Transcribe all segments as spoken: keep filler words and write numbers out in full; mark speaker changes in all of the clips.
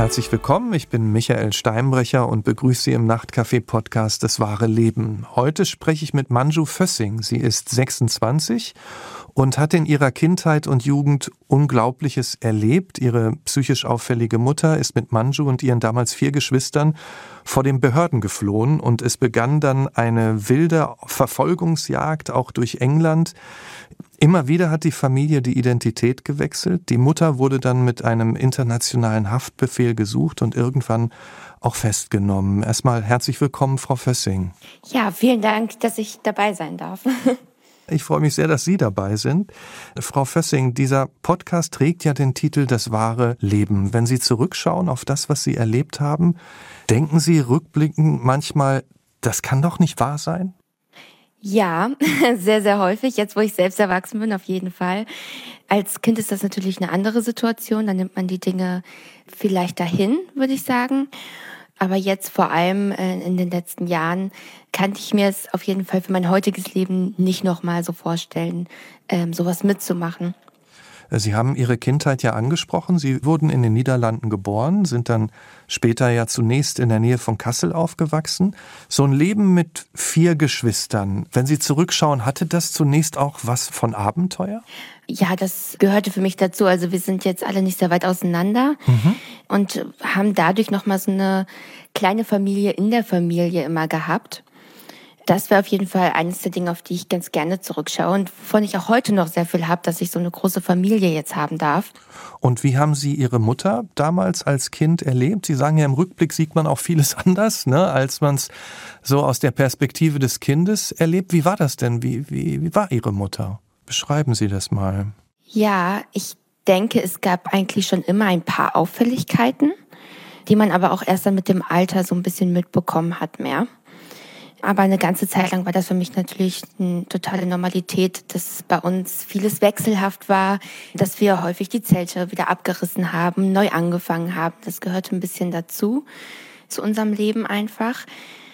Speaker 1: Herzlich willkommen, ich bin Michael Steinbrecher und begrüße Sie im Nachtcafé-Podcast Das wahre Leben. Heute spreche ich mit Manju Fössing. Sie ist sechsundzwanzig und hat in ihrer Kindheit und Jugend Unglaubliches erlebt. Ihre psychisch auffällige Mutter ist mit Manju und ihren damals vier Geschwistern vor den Behörden geflohen und es begann dann eine wilde Verfolgungsjagd auch durch England. Immer wieder hat die Familie die Identität gewechselt. Die Mutter wurde dann mit einem internationalen Haftbefehl gesucht und irgendwann auch festgenommen. Erstmal herzlich willkommen, Frau Fössing.
Speaker 2: Ja, vielen Dank, dass ich dabei sein darf.
Speaker 1: Ich freue mich sehr, dass Sie dabei sind. Frau Fössing, dieser Podcast trägt ja den Titel Das wahre Leben. Wenn Sie zurückschauen auf das, was Sie erlebt haben, denken Sie rückblickend manchmal, das kann doch nicht wahr sein?
Speaker 2: Ja, sehr, sehr häufig. Jetzt, wo ich selbst erwachsen bin, auf jeden Fall. Als Kind ist das natürlich eine andere Situation. Da nimmt man die Dinge vielleicht dahin, würde ich sagen. Aber jetzt vor allem in den letzten Jahren kannte ich mir es auf jeden Fall für mein heutiges Leben nicht nochmal so vorstellen, sowas mitzumachen.
Speaker 1: Sie haben Ihre Kindheit ja angesprochen. Sie wurden in den Niederlanden geboren, sind dann später ja zunächst in der Nähe von Kassel aufgewachsen. So ein Leben mit vier Geschwistern, wenn Sie zurückschauen, hatte das zunächst auch was von Abenteuer?
Speaker 2: Ja, das gehörte für mich dazu. Also wir sind jetzt alle nicht sehr weit auseinander mhm. und haben dadurch nochmal so eine kleine Familie in der Familie immer gehabt. Das wäre auf jeden Fall eines der Dinge, auf die ich ganz gerne zurückschaue und wovon ich auch heute noch sehr viel habe, dass ich so eine große Familie jetzt haben darf.
Speaker 1: Und wie haben Sie Ihre Mutter damals als Kind erlebt? Sie sagen ja, im Rückblick sieht man auch vieles anders, ne, als man es so aus der Perspektive des Kindes erlebt. Wie war das denn? Wie, wie, wie war Ihre Mutter? Beschreiben Sie das mal.
Speaker 2: Ja, ich denke, es gab eigentlich schon immer ein paar Auffälligkeiten, die man aber auch erst dann mit dem Alter so ein bisschen mitbekommen hat mehr. Aber eine ganze Zeit lang war das für mich natürlich eine totale Normalität, dass bei uns vieles wechselhaft war, dass wir häufig die Zelte wieder abgerissen haben, neu angefangen haben. Das gehörte ein bisschen dazu, zu unserem Leben einfach.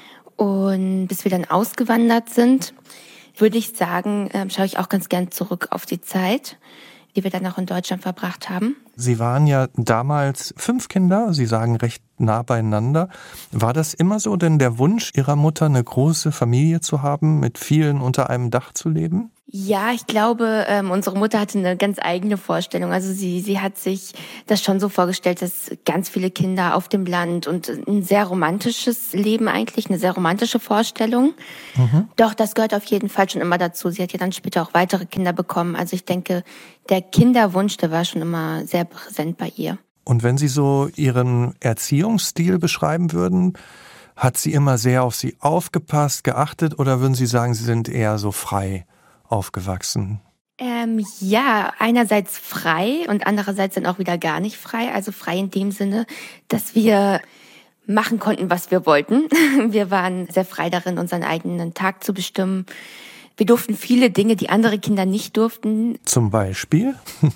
Speaker 2: Und bis wir dann ausgewandert sind, würde ich sagen, schaue ich auch ganz gern zurück auf die Zeit, die wir dann auch in Deutschland verbracht haben.
Speaker 1: Sie waren ja damals fünf Kinder, Sie sagen recht nah beieinander. War das immer so, denn der Wunsch Ihrer Mutter, eine große Familie zu haben, mit vielen unter einem Dach zu leben?
Speaker 2: Ja, ich glaube, ähm, unsere Mutter hatte eine ganz eigene Vorstellung. Also sie, sie hat sich das schon so vorgestellt, dass ganz viele Kinder auf dem Land und ein sehr romantisches Leben eigentlich, eine sehr romantische Vorstellung. Mhm. Doch, das gehört auf jeden Fall schon immer dazu. Sie hat ja dann später auch weitere Kinder bekommen. Also ich denke, der Kinderwunsch, der war schon immer sehr präsent bei ihr.
Speaker 1: Und wenn Sie so Ihren Erziehungsstil beschreiben würden, hat sie immer sehr auf Sie aufgepasst, geachtet, oder würden Sie sagen, Sie sind eher so frei aufgewachsen?
Speaker 2: Ähm, ja, einerseits frei und andererseits dann auch wieder gar nicht frei. Also frei in dem Sinne, dass wir machen konnten, was wir wollten. Wir waren sehr frei darin, unseren eigenen Tag zu bestimmen. Wir durften viele Dinge, die andere Kinder nicht durften.
Speaker 1: Zum Beispiel?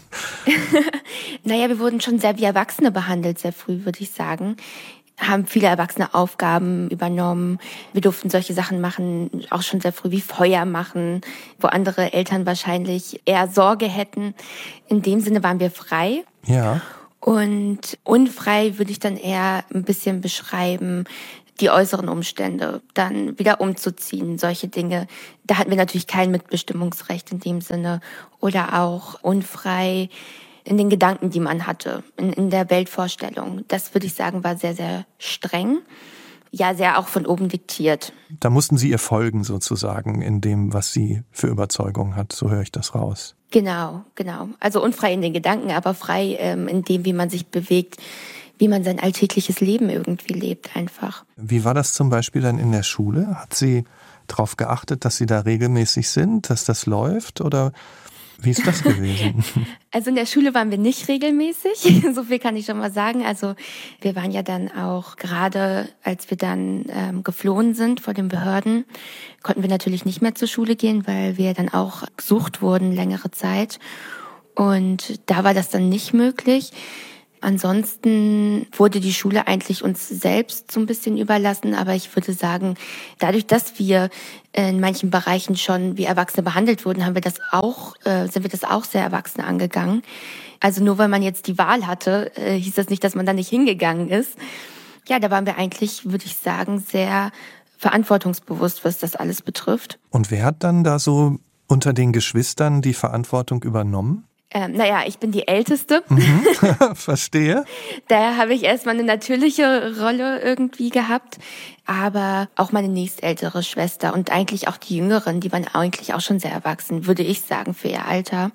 Speaker 2: Naja, wir wurden schon sehr wie Erwachsene behandelt, sehr früh, würde ich sagen. Haben viele erwachsene Aufgaben übernommen. Wir durften solche Sachen machen, auch schon sehr früh wie Feuer machen, wo andere Eltern wahrscheinlich eher Sorge hätten. In dem Sinne waren wir frei.
Speaker 1: Ja.
Speaker 2: Und unfrei würde ich dann eher ein bisschen beschreiben, die äußeren Umstände, dann wieder umzuziehen, solche Dinge. Da hatten wir natürlich kein Mitbestimmungsrecht in dem Sinne. Oder auch unfrei in den Gedanken, die man hatte, in, in der Weltvorstellung. Das würde ich sagen, war sehr, sehr streng. Ja, sehr auch von oben diktiert.
Speaker 1: Da mussten Sie ihr folgen sozusagen in dem, was sie für Überzeugung hat. So höre ich das raus.
Speaker 2: Genau, genau. Also unfrei in den Gedanken, aber frei ähm, in dem, wie man sich bewegt, wie man sein alltägliches Leben irgendwie lebt einfach.
Speaker 1: Wie war das zum Beispiel dann in der Schule? Hat sie darauf geachtet, dass Sie da regelmäßig sind, dass das läuft, oder wie ist das gewesen?
Speaker 2: Also in der Schule waren wir nicht regelmäßig, so viel kann ich schon mal sagen. Also wir waren ja dann auch, gerade als wir dann ähm, geflohen sind vor den Behörden, konnten wir natürlich nicht mehr zur Schule gehen, weil wir dann auch gesucht wurden längere Zeit. Und da war das dann nicht möglich. Ansonsten wurde die Schule eigentlich uns selbst so ein bisschen überlassen, aber ich würde sagen, dadurch, dass wir in manchen Bereichen schon wie Erwachsene behandelt wurden, haben wir das auch, äh, sind wir das auch sehr erwachsen angegangen. Also nur weil man jetzt die Wahl hatte, äh, hieß das nicht, dass man da nicht hingegangen ist. Ja, da waren wir eigentlich, würde ich sagen, sehr verantwortungsbewusst, was das alles betrifft.
Speaker 1: Und wer hat dann da so unter den Geschwistern die Verantwortung übernommen?
Speaker 2: Ähm, naja, ich bin die Älteste.
Speaker 1: Mhm. Verstehe.
Speaker 2: Daher habe ich erstmal eine natürliche Rolle irgendwie gehabt. Aber auch meine nächstältere Schwester und eigentlich auch die Jüngeren, die waren eigentlich auch schon sehr erwachsen, würde ich sagen, für ihr Alter.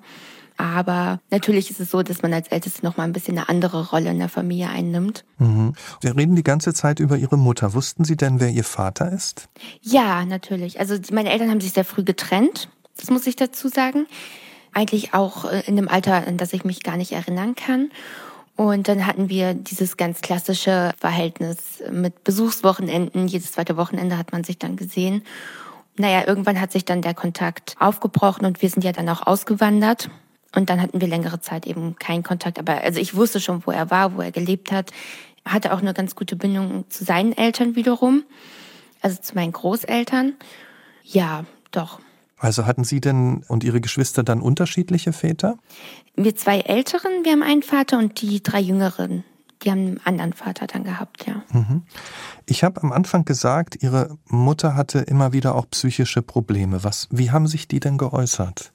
Speaker 2: Aber natürlich ist es so, dass man als Älteste noch mal ein bisschen eine andere Rolle in der Familie einnimmt.
Speaker 1: Mhm. Wir reden die ganze Zeit über Ihre Mutter. Wussten Sie denn, wer Ihr Vater ist?
Speaker 2: Ja, natürlich. Also meine Eltern haben sich sehr früh getrennt. Das muss ich dazu sagen. Eigentlich auch in einem Alter, an das ich mich gar nicht erinnern kann. Und dann hatten wir dieses ganz klassische Verhältnis mit Besuchswochenenden. Jedes zweite Wochenende hat man sich dann gesehen. Naja, irgendwann hat sich dann der Kontakt aufgebrochen und wir sind ja dann auch ausgewandert. Und dann hatten wir längere Zeit eben keinen Kontakt. Aber also ich wusste schon, wo er war, wo er gelebt hat. Hatte auch eine ganz gute Bindung zu seinen Eltern wiederum. Also zu meinen Großeltern. Ja, doch.
Speaker 1: Also hatten Sie denn und Ihre Geschwister dann unterschiedliche Väter?
Speaker 2: Wir zwei Älteren, wir haben einen Vater und die drei Jüngeren, die haben einen anderen Vater dann gehabt, ja.
Speaker 1: Mhm. Ich habe am Anfang gesagt, Ihre Mutter hatte immer wieder auch psychische Probleme. Was, wie haben sich die denn geäußert?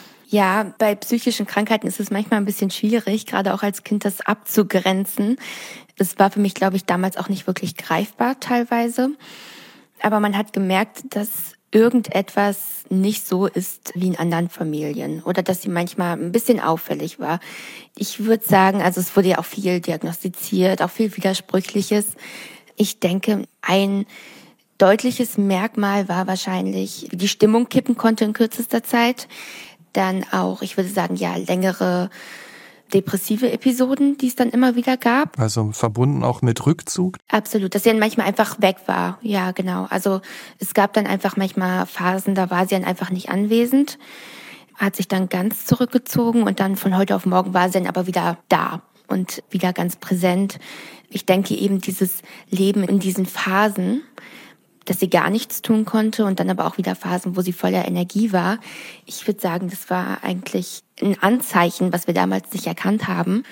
Speaker 2: Ja, bei psychischen Krankheiten ist es manchmal ein bisschen schwierig, gerade auch als Kind das abzugrenzen. Das war für mich, glaube ich, damals auch nicht wirklich greifbar teilweise. Aber man hat gemerkt, dass irgendetwas nicht so ist wie in anderen Familien oder dass sie manchmal ein bisschen auffällig war. Ich würde sagen, also es wurde ja auch viel diagnostiziert, auch viel Widersprüchliches. Ich denke, ein deutliches Merkmal war wahrscheinlich, wie die Stimmung kippen konnte in kürzester Zeit. Dann auch, ich würde sagen, ja, längere depressive Episoden, die es dann immer wieder gab.
Speaker 1: Also verbunden auch mit Rückzug?
Speaker 2: Absolut, dass sie dann manchmal einfach weg war. Ja, genau. Also es gab dann einfach manchmal Phasen, da war sie dann einfach nicht anwesend, hat sich dann ganz zurückgezogen und dann von heute auf morgen war sie dann aber wieder da und wieder ganz präsent. Ich denke eben dieses Leben in diesen Phasen, dass sie gar nichts tun konnte und dann aber auch wieder Phasen, wo sie voller Energie war. Ich würde sagen, das war eigentlich ein Anzeichen, was wir damals nicht erkannt haben.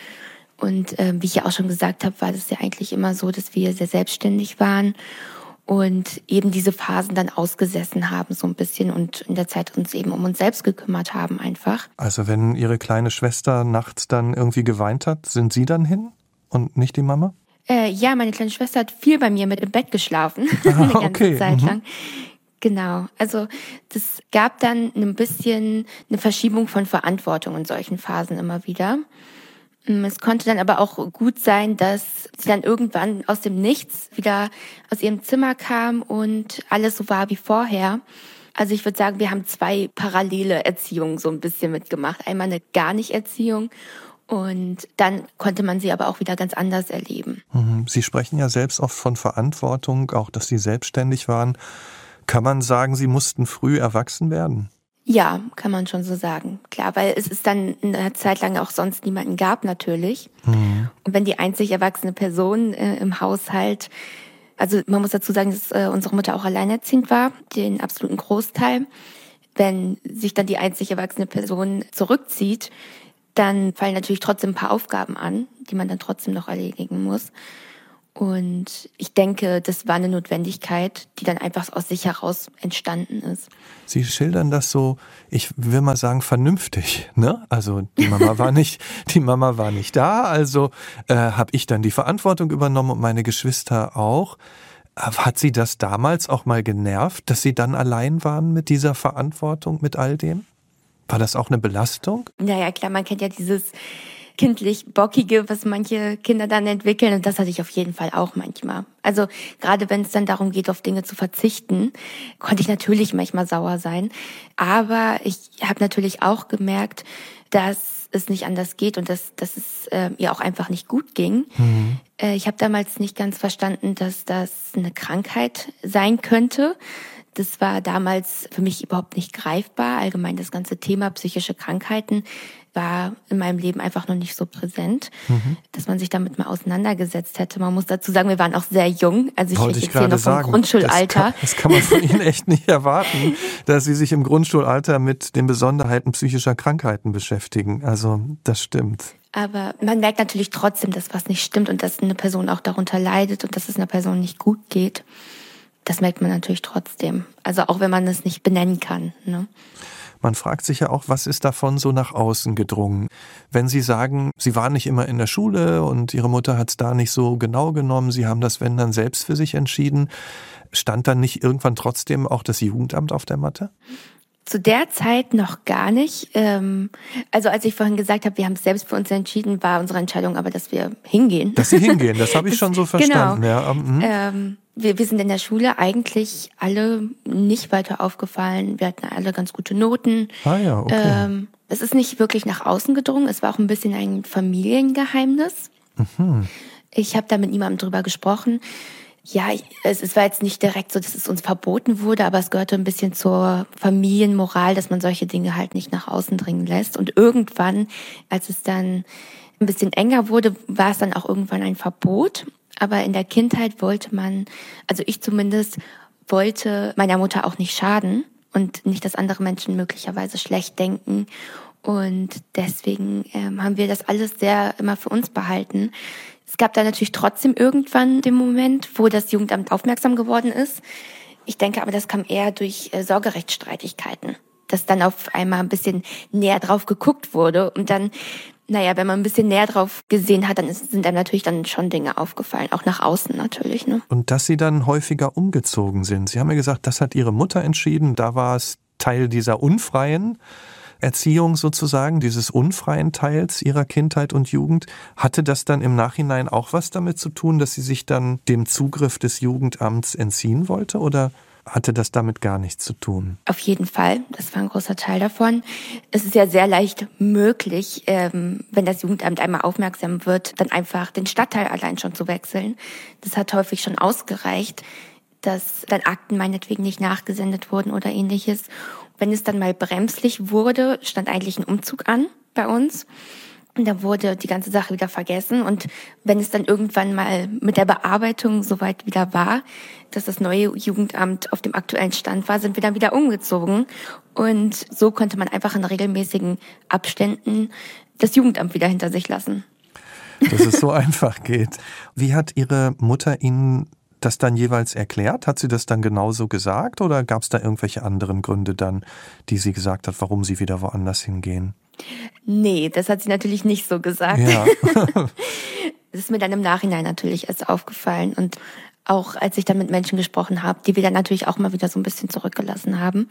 Speaker 2: Und äh, wie ich ja auch schon gesagt habe, war das ja eigentlich immer so, dass wir sehr selbstständig waren und eben diese Phasen dann ausgesessen haben so ein bisschen und in der Zeit uns eben um uns selbst gekümmert haben einfach.
Speaker 1: Also wenn Ihre kleine Schwester nachts dann irgendwie geweint hat, sind Sie dann hin und nicht die Mama?
Speaker 2: Äh, ja, meine kleine Schwester hat viel bei mir mit im Bett geschlafen,
Speaker 1: Ah,
Speaker 2: eine ganze
Speaker 1: okay.
Speaker 2: Zeit
Speaker 1: Mhm.
Speaker 2: lang. Genau, also das gab dann ein bisschen eine Verschiebung von Verantwortung in solchen Phasen immer wieder. Es konnte dann aber auch gut sein, dass sie dann irgendwann aus dem Nichts wieder aus ihrem Zimmer kam und alles so war wie vorher. Also ich würde sagen, wir haben zwei parallele Erziehungen so ein bisschen mitgemacht. Einmal eine Gar-nicht-Erziehung und dann konnte man sie aber auch wieder ganz anders erleben.
Speaker 1: Sie sprechen ja selbst oft von Verantwortung, auch dass Sie selbstständig waren. Kann man sagen, Sie mussten früh erwachsen werden?
Speaker 2: Ja, kann man schon so sagen. Klar, weil es ist dann eine Zeit lang auch sonst niemanden gab natürlich. Mhm. Und wenn die einzig erwachsene Person äh, im Haushalt, also man muss dazu sagen, dass äh, unsere Mutter auch alleinerziehend war, den absoluten Großteil. Wenn sich dann die einzig erwachsene Person zurückzieht, dann fallen natürlich trotzdem ein paar Aufgaben an, die man dann trotzdem noch erledigen muss. Und ich denke, das war eine Notwendigkeit, die dann einfach aus sich heraus entstanden ist.
Speaker 1: Sie schildern das so, ich will mal sagen, vernünftig, ne? Also die Mama war nicht, die Mama war nicht da, also äh, habe ich dann die Verantwortung übernommen und meine Geschwister auch. Hat Sie das damals auch mal genervt, dass Sie dann allein waren mit dieser Verantwortung, mit all dem? War das auch eine Belastung?
Speaker 2: Naja, klar, man kennt ja dieses kindlich-bockige, was manche Kinder dann entwickeln. Und das hatte ich auf jeden Fall auch manchmal. Also gerade wenn es dann darum geht, auf Dinge zu verzichten, konnte ich natürlich manchmal sauer sein. Aber ich habe natürlich auch gemerkt, dass es nicht anders geht und dass, dass es äh, ihr auch einfach nicht gut ging. Mhm. Äh, ich habe damals nicht ganz verstanden, dass das eine Krankheit sein könnte. Das war damals für mich überhaupt nicht greifbar. Allgemein das ganze Thema psychische Krankheiten war in meinem Leben einfach noch nicht so präsent, mhm. dass man sich damit mal auseinandergesetzt hätte. Man muss dazu sagen, wir waren auch sehr jung. Also ich
Speaker 1: Wollte
Speaker 2: rede
Speaker 1: ich
Speaker 2: jetzt hier noch vom
Speaker 1: sagen,
Speaker 2: Grundschulalter.
Speaker 1: Das kann, das kann man von Ihnen echt nicht erwarten, dass Sie sich im Grundschulalter mit den Besonderheiten psychischer Krankheiten beschäftigen. Also das stimmt.
Speaker 2: Aber man merkt natürlich trotzdem, dass was nicht stimmt und dass eine Person auch darunter leidet und dass es einer Person nicht gut geht. Das merkt man natürlich trotzdem. Also auch wenn man es nicht benennen kann. Ne?
Speaker 1: Man fragt sich ja auch, was ist davon so nach außen gedrungen? Wenn Sie sagen, Sie waren nicht immer in der Schule und Ihre Mutter hat es da nicht so genau genommen, Sie haben das, wenn dann, selbst für sich entschieden, stand dann nicht irgendwann trotzdem auch das Jugendamt auf der Matte?
Speaker 2: Zu der Zeit noch gar nicht. Also als ich vorhin gesagt habe, wir haben es selbst für uns entschieden, war unsere Entscheidung aber, dass wir hingehen.
Speaker 1: Dass Sie hingehen, das habe ich das, schon so verstanden.
Speaker 2: Genau.
Speaker 1: Ja, mhm.
Speaker 2: ähm, wir, wir sind in der Schule eigentlich alle nicht weiter aufgefallen. Wir hatten alle ganz gute Noten.
Speaker 1: Ah ja, okay.
Speaker 2: Ähm, es ist nicht wirklich nach außen gedrungen. Es war auch ein bisschen ein Familiengeheimnis. Mhm. Ich habe da mit niemandem drüber gesprochen. Ja, es, es war jetzt nicht direkt so, dass es uns verboten wurde, aber es gehörte ein bisschen zur Familienmoral, dass man solche Dinge halt nicht nach außen dringen lässt. Und irgendwann, als es dann ein bisschen enger wurde, war es dann auch irgendwann ein Verbot. Aber in der Kindheit wollte man, also ich zumindest, wollte meiner Mutter auch nicht schaden und nicht, dass andere Menschen möglicherweise schlecht denken. Und deswegen ähm, haben wir das alles sehr immer für uns behalten. Es gab da natürlich trotzdem irgendwann den Moment, wo das Jugendamt aufmerksam geworden ist. Ich denke aber, das kam eher durch äh, Sorgerechtsstreitigkeiten, dass dann auf einmal ein bisschen näher drauf geguckt wurde. Und dann, naja, wenn man ein bisschen näher drauf gesehen hat, dann ist, sind einem natürlich dann schon Dinge aufgefallen, auch nach außen natürlich. Ne?
Speaker 1: Und dass Sie dann häufiger umgezogen sind. Sie haben ja gesagt, das hat Ihre Mutter entschieden, da war es Teil dieser unfreien Erziehung sozusagen, dieses unfreien Teils Ihrer Kindheit und Jugend. Hatte das dann im Nachhinein auch was damit zu tun, dass sie sich dann dem Zugriff des Jugendamts entziehen wollte, oder hatte das damit gar nichts zu tun?
Speaker 2: Auf jeden Fall, das war ein großer Teil davon. Es ist ja sehr leicht möglich, ähm, wenn das Jugendamt einmal aufmerksam wird, dann einfach den Stadtteil allein schon zu wechseln. Das hat häufig schon ausgereicht, dass dann Akten meinetwegen nicht nachgesendet wurden oder ähnliches. Wenn es dann mal bremslich wurde, stand eigentlich ein Umzug an bei uns. Und da wurde die ganze Sache wieder vergessen. Und wenn es dann irgendwann mal mit der Bearbeitung soweit wieder war, dass das neue Jugendamt auf dem aktuellen Stand war, sind wir dann wieder umgezogen. Und so konnte man einfach in regelmäßigen Abständen das Jugendamt wieder hinter sich lassen.
Speaker 1: Dass es so einfach geht. Wie hat Ihre Mutter Ihnen das dann jeweils erklärt? Hat sie das dann genauso gesagt oder gab es da irgendwelche anderen Gründe dann, die sie gesagt hat, warum sie wieder woanders hingehen?
Speaker 2: Nee, das hat sie natürlich nicht so gesagt.
Speaker 1: Ja.
Speaker 2: Das ist mir dann im Nachhinein natürlich erst aufgefallen und auch als ich dann mit Menschen gesprochen habe, die wir dann natürlich auch mal wieder so ein bisschen zurückgelassen haben.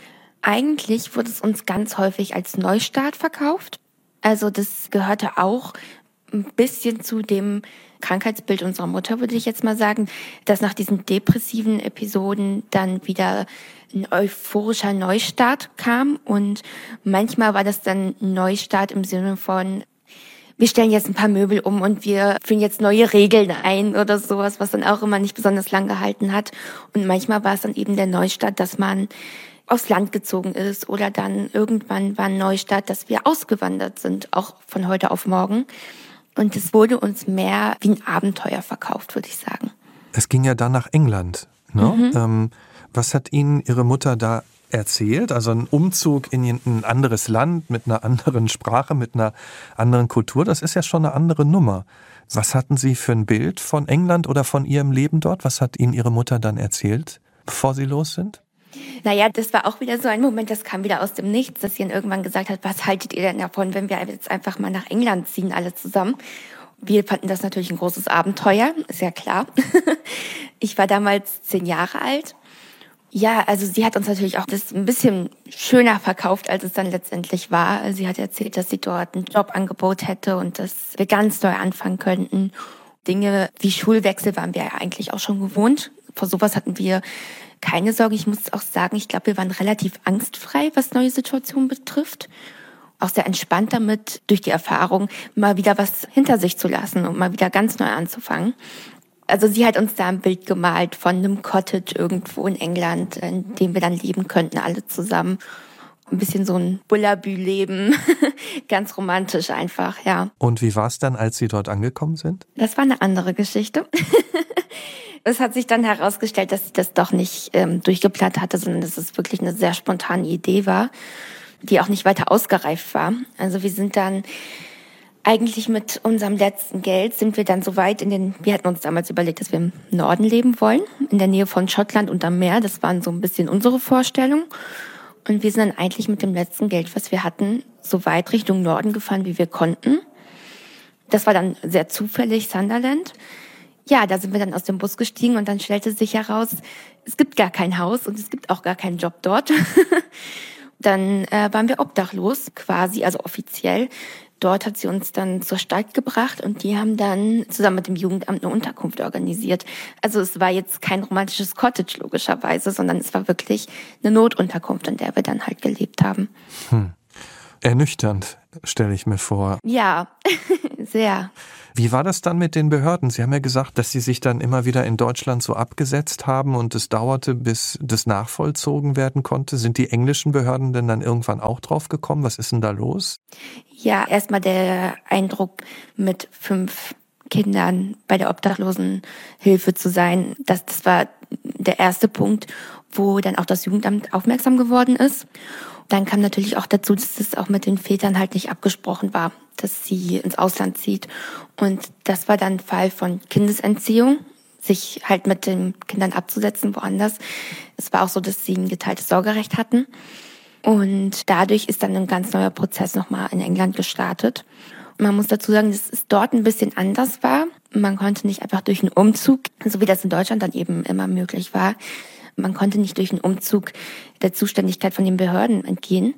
Speaker 2: Eigentlich wurde es uns ganz häufig als Neustart verkauft. Also das gehörte auch ein bisschen zu dem Krankheitsbild unserer Mutter, würde ich jetzt mal sagen, dass nach diesen depressiven Episoden dann wieder ein euphorischer Neustart kam. Und manchmal war das dann ein Neustart im Sinne von, wir stellen jetzt ein paar Möbel um und wir führen jetzt neue Regeln ein oder sowas, was dann auch immer nicht besonders lang gehalten hat. Und manchmal war es dann eben der Neustart, dass man aufs Land gezogen ist oder dann irgendwann war ein Neustart, dass wir ausgewandert sind, auch von heute auf morgen. Und es wurde uns mehr wie ein Abenteuer verkauft, würde ich sagen.
Speaker 1: Es ging ja dann nach England. Ne? Mhm. Ähm, was hat Ihnen Ihre Mutter da erzählt? Also ein Umzug in ein anderes Land mit einer anderen Sprache, mit einer anderen Kultur, das ist ja schon eine andere Nummer. Was hatten Sie für ein Bild von England oder von Ihrem Leben dort? Was hat Ihnen Ihre Mutter dann erzählt, bevor Sie los sind?
Speaker 2: Naja, das war auch wieder so ein Moment, das kam wieder aus dem Nichts, dass sie dann irgendwann gesagt hat, was haltet ihr denn davon, wenn wir jetzt einfach mal nach England ziehen, alle zusammen? Wir fanden das natürlich ein großes Abenteuer, ist ja klar. Ich war damals zehn Jahre alt. Ja, also sie hat uns natürlich auch das ein bisschen schöner verkauft, als es dann letztendlich war. Sie hat erzählt, dass sie dort ein Jobangebot hätte und dass wir ganz neu anfangen könnten. Dinge wie Schulwechsel waren wir ja eigentlich auch schon gewohnt. Vor sowas hatten wir keine Sorge. Ich muss auch sagen, ich glaube, wir waren relativ angstfrei, was neue Situationen betrifft. Auch sehr entspannt damit, durch die Erfahrung mal wieder was hinter sich zu lassen und mal wieder ganz neu anzufangen. Also sie hat uns da ein Bild gemalt von einem Cottage irgendwo in England, in dem wir dann leben könnten, alle zusammen. Ein bisschen so ein Bullabü-Leben, ganz romantisch einfach, ja.
Speaker 1: Und wie war es dann, als Sie dort angekommen sind?
Speaker 2: Das war eine andere Geschichte. Es hat sich dann herausgestellt, dass sie das doch nicht ähm, durchgeplant hatte, sondern dass es wirklich eine sehr spontane Idee war, die auch nicht weiter ausgereift war. Also wir sind dann eigentlich mit unserem letzten Geld sind wir dann so weit in den, wir hatten uns damals überlegt, dass wir im Norden leben wollen, in der Nähe von Schottland und am Meer. Das waren so ein bisschen unsere Vorstellungen. Und wir sind dann eigentlich mit dem letzten Geld, was wir hatten, so weit Richtung Norden gefahren, wie wir konnten. Das war dann sehr zufällig Sunderland. Ja, da sind wir dann aus dem Bus gestiegen und dann stellte sich heraus, es gibt gar kein Haus und es gibt auch gar keinen Job dort. Dann äh, waren wir obdachlos quasi, also offiziell. Dort hat sie uns dann zur Stadt gebracht und die haben dann zusammen mit dem Jugendamt eine Unterkunft organisiert. Also es war jetzt kein romantisches Cottage logischerweise, sondern es war wirklich eine Notunterkunft, in der wir dann halt gelebt haben.
Speaker 1: Hm. Ernüchternd, stelle ich mir vor.
Speaker 2: Ja, sehr.
Speaker 1: Wie war das dann mit den Behörden? Sie haben ja gesagt, dass Sie sich dann immer wieder in Deutschland so abgesetzt haben und es dauerte, bis das nachvollzogen werden konnte. Sind die englischen Behörden denn dann irgendwann auch drauf gekommen? Was ist denn da los?
Speaker 2: Ja, erstmal der Eindruck, mit fünf Kindern bei der Obdachlosenhilfe zu sein. Das, das war der erste Punkt, wo dann auch das Jugendamt aufmerksam geworden ist. Dann kam natürlich auch dazu, dass es auch mit den Vätern halt nicht abgesprochen war, dass sie ins Ausland zieht. Und das war dann ein Fall von Kindesentziehung, sich halt mit den Kindern abzusetzen woanders. Es war auch so, dass sie ein geteiltes Sorgerecht hatten. Und dadurch ist dann ein ganz neuer Prozess nochmal in England gestartet. Man muss dazu sagen, dass es dort ein bisschen anders war. Man konnte nicht einfach durch einen Umzug, so wie das in Deutschland dann eben immer möglich war, man konnte nicht durch einen Umzug der Zuständigkeit von den Behörden entgehen.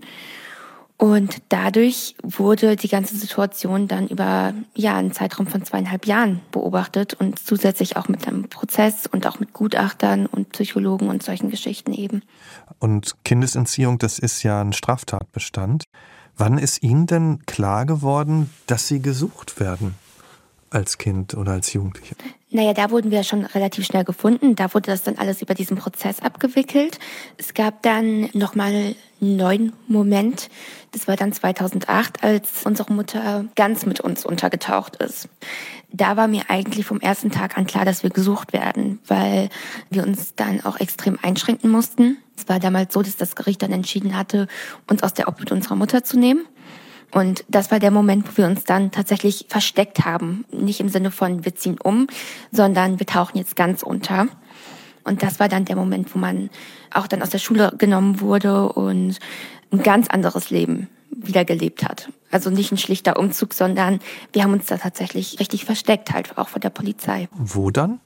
Speaker 2: Und dadurch wurde die ganze Situation dann über ja einen Zeitraum von zweieinhalb Jahren beobachtet und zusätzlich auch mit einem Prozess und auch mit Gutachtern und Psychologen und solchen Geschichten eben.
Speaker 1: Und Kindesentziehung, das ist ja ein Straftatbestand. Wann ist Ihnen denn klar geworden, dass Sie gesucht werden als Kind oder als Jugendliche?
Speaker 2: Naja, da wurden wir schon relativ schnell gefunden. Da wurde das dann alles über diesen Prozess abgewickelt. Es gab dann nochmal einen neuen Moment. Das war dann zweitausendacht, als unsere Mutter ganz mit uns untergetaucht ist. Da war mir eigentlich vom ersten Tag an klar, dass wir gesucht werden, weil wir uns dann auch extrem einschränken mussten. Es war damals so, dass das Gericht dann entschieden hatte, uns aus der Obhut unserer Mutter zu nehmen. Und das war der Moment, wo wir uns dann tatsächlich versteckt haben. Nicht im Sinne von, wir ziehen um, sondern wir tauchen jetzt ganz unter. Und das war dann der Moment, wo man auch dann aus der Schule genommen wurde und ein ganz anderes Leben wieder gelebt hat. Also nicht ein schlichter Umzug, sondern wir haben uns da tatsächlich richtig versteckt, halt auch vor der Polizei.
Speaker 1: Wo dann?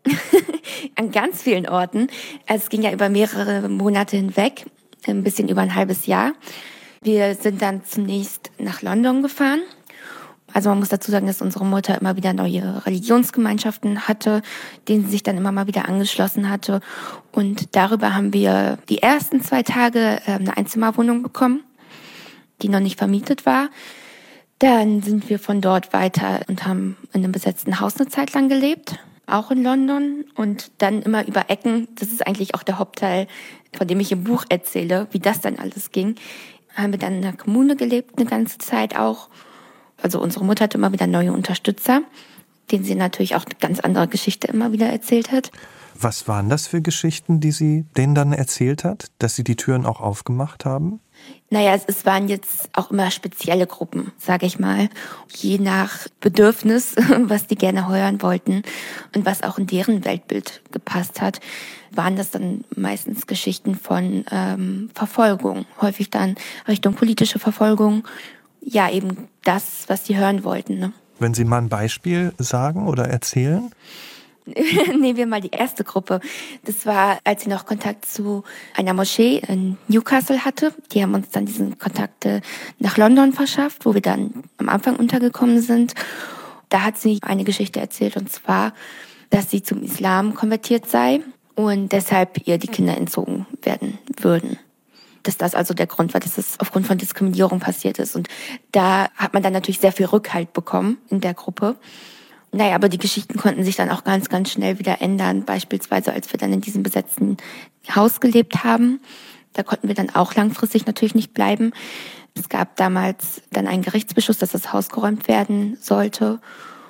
Speaker 2: An ganz vielen Orten. Also es ging ja über mehrere Monate hinweg, ein bisschen über ein halbes Jahr. Wir sind dann zunächst nach London gefahren. Also man muss dazu sagen, dass unsere Mutter immer wieder neue Religionsgemeinschaften hatte, denen sie sich dann immer mal wieder angeschlossen hatte. Und darüber haben wir die ersten zwei Tage eine Einzimmerwohnung bekommen, die noch nicht vermietet war. Dann sind wir von dort weiter und haben in einem besetzten Haus eine Zeit lang gelebt, auch in London. Und dann immer über Ecken, das ist eigentlich auch der Hauptteil, von dem ich im Buch erzähle, wie das dann alles ging, haben wir dann in der Kommune gelebt, eine ganze Zeit auch. Also unsere Mutter hatte immer wieder neue Unterstützer, denen sie natürlich auch eine ganz andere Geschichte immer wieder erzählt hat.
Speaker 1: Was waren das für Geschichten, die sie denen dann erzählt hat, dass sie die Türen auch aufgemacht haben?
Speaker 2: Naja, es, es waren jetzt auch immer spezielle Gruppen, sage ich mal. Je nach Bedürfnis, was die gerne hören wollten und was auch in deren Weltbild gepasst hat, waren das dann meistens Geschichten von ähm, Verfolgung. Häufig dann Richtung politische Verfolgung. Ja, eben das, was die hören wollten. Ne?
Speaker 1: Wenn Sie mal ein Beispiel sagen oder erzählen?
Speaker 2: Nehmen wir mal die erste Gruppe. Das war, als sie noch Kontakt zu einer Moschee in Newcastle hatte. Die haben uns dann diesen Kontakt nach London verschafft, wo wir dann am Anfang untergekommen sind. Da hat sie eine Geschichte erzählt, und zwar, dass sie zum Islam konvertiert sei und deshalb ihr die Kinder entzogen werden würden. Dass das also der Grund war, dass es aufgrund von Diskriminierung passiert ist. Und da hat man dann natürlich sehr viel Rückhalt bekommen in der Gruppe. Naja, aber die Geschichten konnten sich dann auch ganz, ganz schnell wieder ändern. Beispielsweise, als wir dann in diesem besetzten Haus gelebt haben. Da konnten wir dann auch langfristig natürlich nicht bleiben. Es gab damals dann einen Gerichtsbeschluss, dass das Haus geräumt werden sollte.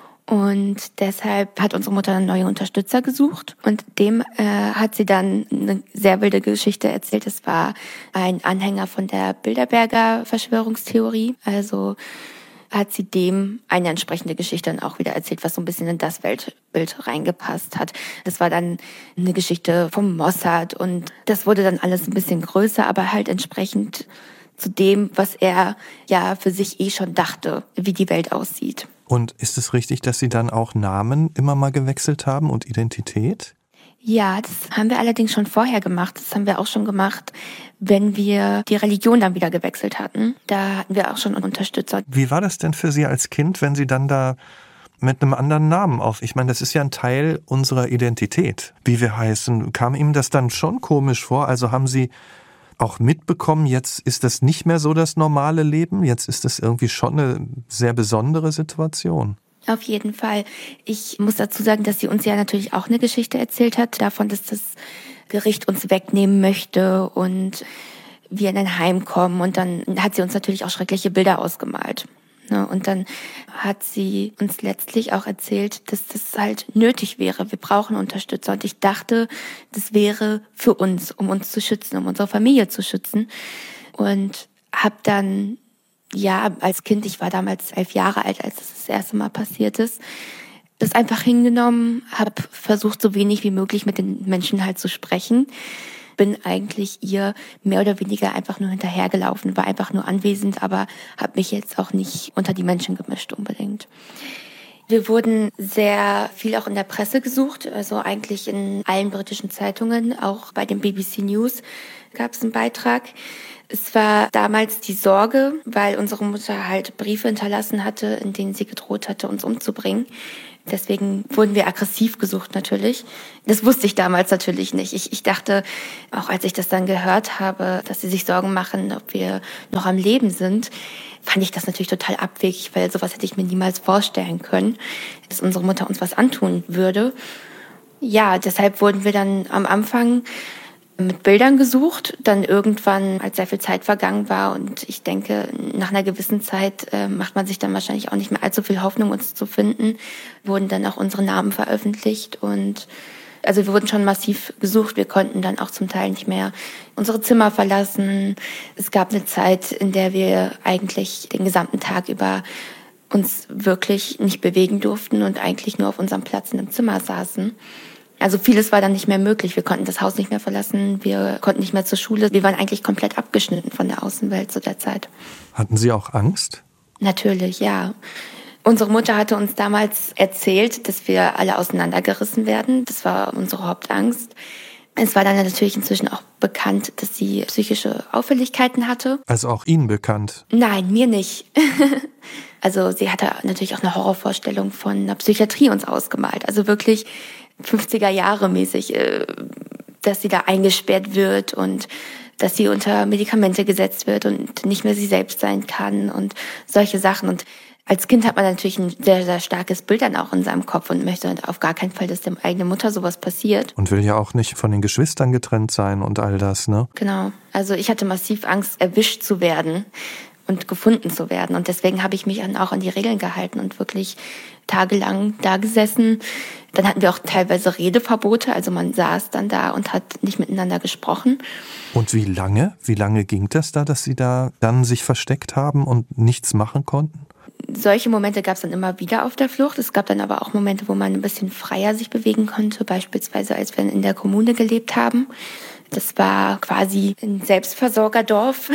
Speaker 2: Und deshalb hat unsere Mutter dann neue Unterstützer gesucht. Und dem äh, hat sie dann eine sehr wilde Geschichte erzählt. Es war ein Anhänger von der Bilderberger Verschwörungstheorie. Also hat sie dem eine entsprechende Geschichte dann auch wieder erzählt, was so ein bisschen in das Weltbild reingepasst hat. Das war dann eine Geschichte vom Mossad und das wurde dann alles ein bisschen größer, aber halt entsprechend zu dem, was er ja für sich eh schon dachte, wie die Welt aussieht.
Speaker 1: Und ist es richtig, dass Sie dann auch Namen immer mal gewechselt haben und Identität?
Speaker 2: Ja, das haben wir allerdings schon vorher gemacht. Das haben wir auch schon gemacht, wenn wir die Religion dann wieder gewechselt hatten. Da hatten wir auch schon einen Unterstützer.
Speaker 1: Wie war das denn für Sie als Kind, wenn Sie dann da mit einem anderen Namen auf? Ich meine, das ist ja ein Teil unserer Identität, wie wir heißen. Kam Ihnen das dann schon komisch vor? Also haben Sie auch mitbekommen, jetzt ist das nicht mehr so das normale Leben? Jetzt ist das irgendwie schon eine sehr besondere Situation.
Speaker 2: Auf jeden Fall. Ich muss dazu sagen, dass sie uns ja natürlich auch eine Geschichte erzählt hat, davon, dass das Gericht uns wegnehmen möchte und wir in ein Heim kommen. Und dann hat sie uns natürlich auch schreckliche Bilder ausgemalt. Und dann hat sie uns letztlich auch erzählt, dass das halt nötig wäre. Wir brauchen Unterstützer. Und ich dachte, das wäre für uns, um uns zu schützen, um unsere Familie zu schützen. Und habe dann ja, als Kind, ich war damals elf Jahre alt, als das das erste Mal passiert ist, das einfach hingenommen, habe versucht, so wenig wie möglich mit den Menschen halt zu sprechen. Bin eigentlich ihr mehr oder weniger einfach nur hinterhergelaufen, war einfach nur anwesend, aber habe mich jetzt auch nicht unter die Menschen gemischt unbedingt. Wir wurden sehr viel auch in der Presse gesucht, also eigentlich in allen britischen Zeitungen, auch bei dem B B C News gab es einen Beitrag. Es war damals die Sorge, weil unsere Mutter halt Briefe hinterlassen hatte, in denen sie gedroht hatte, uns umzubringen. Deswegen wurden wir aggressiv gesucht natürlich. Das wusste ich damals natürlich nicht. Ich, ich dachte, auch als ich das dann gehört habe, dass sie sich Sorgen machen, ob wir noch am Leben sind, fand ich das natürlich total abwegig, weil sowas hätte ich mir niemals vorstellen können, dass unsere Mutter uns was antun würde. Ja, deshalb wurden wir dann am Anfang mit Bildern gesucht, dann irgendwann, als sehr viel Zeit vergangen war und ich denke, nach einer gewissen Zeit äh, macht man sich dann wahrscheinlich auch nicht mehr allzu viel Hoffnung, uns zu finden, wurden dann auch unsere Namen veröffentlicht und also wir wurden schon massiv gesucht. Wir konnten dann auch zum Teil nicht mehr unsere Zimmer verlassen. Es gab eine Zeit, in der wir eigentlich den gesamten Tag über uns wirklich nicht bewegen durften und eigentlich nur auf unserem Platz in dem Zimmer saßen. Also vieles war dann nicht mehr möglich. Wir konnten das Haus nicht mehr verlassen, wir konnten nicht mehr zur Schule. Wir waren eigentlich komplett abgeschnitten von der Außenwelt zu der Zeit.
Speaker 1: Hatten Sie auch Angst?
Speaker 2: Natürlich, ja. Unsere Mutter hatte uns damals erzählt, dass wir alle auseinandergerissen werden. Das war unsere Hauptangst. Es war dann natürlich inzwischen auch bekannt, dass sie psychische Auffälligkeiten hatte.
Speaker 1: Also auch Ihnen bekannt?
Speaker 2: Nein, mir nicht. Also sie hatte natürlich auch eine Horrorvorstellung von einer Psychiatrie uns ausgemalt. Also wirklich fünfziger Jahre mäßig, dass sie da eingesperrt wird und dass sie unter Medikamente gesetzt wird und nicht mehr sie selbst sein kann und solche Sachen. Und als Kind hat man natürlich ein sehr, sehr starkes Bild dann auch in seinem Kopf und möchte auf gar keinen Fall, dass der eigenen Mutter sowas passiert.
Speaker 1: Und will ja auch nicht von den Geschwistern getrennt sein und all das, ne?
Speaker 2: Genau. Also ich hatte massiv Angst, erwischt zu werden und gefunden zu werden. Und deswegen habe ich mich dann auch an die Regeln gehalten und wirklich tagelang da gesessen. Dann hatten wir auch teilweise Redeverbote, also man saß dann da und hat nicht miteinander gesprochen.
Speaker 1: Und wie lange? Wie lange ging das da, dass Sie da dann sich versteckt haben und nichts machen konnten?
Speaker 2: Solche Momente gab es dann immer wieder auf der Flucht. Es gab dann aber auch Momente, wo man ein bisschen freier sich bewegen konnte, beispielsweise als wir in der Kommune gelebt haben. Das war quasi ein Selbstversorgerdorf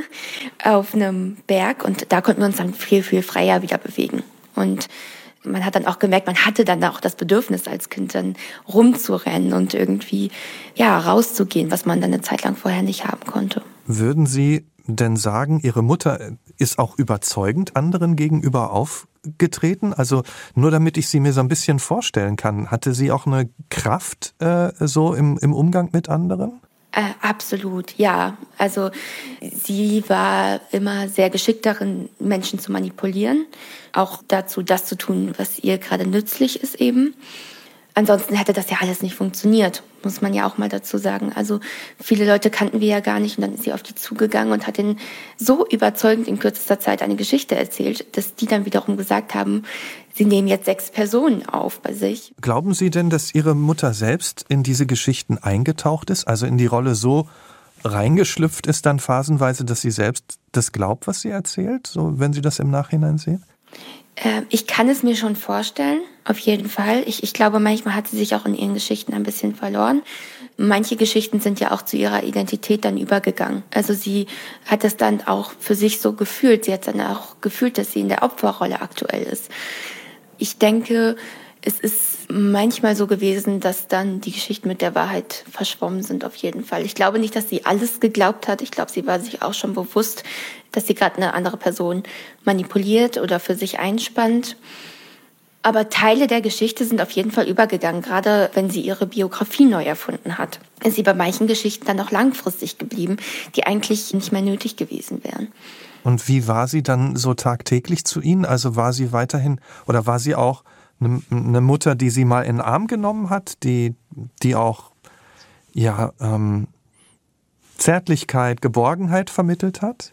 Speaker 2: auf einem Berg und da konnten wir uns dann viel, viel freier wieder bewegen. Und man hat dann auch gemerkt, man hatte dann auch das Bedürfnis als Kind dann rumzurennen und irgendwie ja rauszugehen, was man dann eine Zeit lang vorher nicht haben konnte.
Speaker 1: Würden Sie denn sagen, Ihre Mutter ist auch überzeugend anderen gegenüber aufgetreten? Also nur damit ich sie mir so ein bisschen vorstellen kann, hatte sie auch eine Kraft äh, so im, im Umgang mit anderen?
Speaker 2: Äh, absolut, ja. Also sie war immer sehr geschickt darin, Menschen zu manipulieren. Auch dazu, das zu tun, was ihr gerade nützlich ist eben. Ansonsten hätte das ja alles nicht funktioniert, muss man ja auch mal dazu sagen. Also viele Leute kannten wir ja gar nicht und dann ist sie auf die zugegangen und hat ihnen so überzeugend in kürzester Zeit eine Geschichte erzählt, dass die dann wiederum gesagt haben, sie nehmen jetzt sechs Personen auf bei sich.
Speaker 1: Glauben Sie denn, dass Ihre Mutter selbst in diese Geschichten eingetaucht ist, also in die Rolle so reingeschlüpft ist dann phasenweise, dass sie selbst das glaubt, was sie erzählt, so wenn Sie das im Nachhinein sehen?
Speaker 2: Ich kann es mir schon vorstellen, auf jeden Fall. Ich, ich glaube, manchmal hat sie sich auch in ihren Geschichten ein bisschen verloren. Manche Geschichten sind ja auch zu ihrer Identität dann übergegangen. Also sie hat das dann auch für sich so gefühlt. Sie hat dann auch gefühlt, dass sie in der Opferrolle aktuell ist. Ich denke, es ist manchmal so gewesen, dass dann die Geschichten mit der Wahrheit verschwommen sind, auf jeden Fall. Ich glaube nicht, dass sie alles geglaubt hat. Ich glaube, sie war sich auch schon bewusst, dass sie gerade eine andere Person manipuliert oder für sich einspannt. Aber Teile der Geschichte sind auf jeden Fall übergegangen, gerade wenn sie ihre Biografie neu erfunden hat. Ist sie bei manchen Geschichten dann noch langfristig geblieben, die eigentlich nicht mehr nötig gewesen wären.
Speaker 1: Und wie war sie dann so tagtäglich zu Ihnen? Also war sie weiterhin, oder war sie auch eine Mutter, die sie mal in den Arm genommen hat, die, die auch ja, ähm, Zärtlichkeit, Geborgenheit vermittelt hat?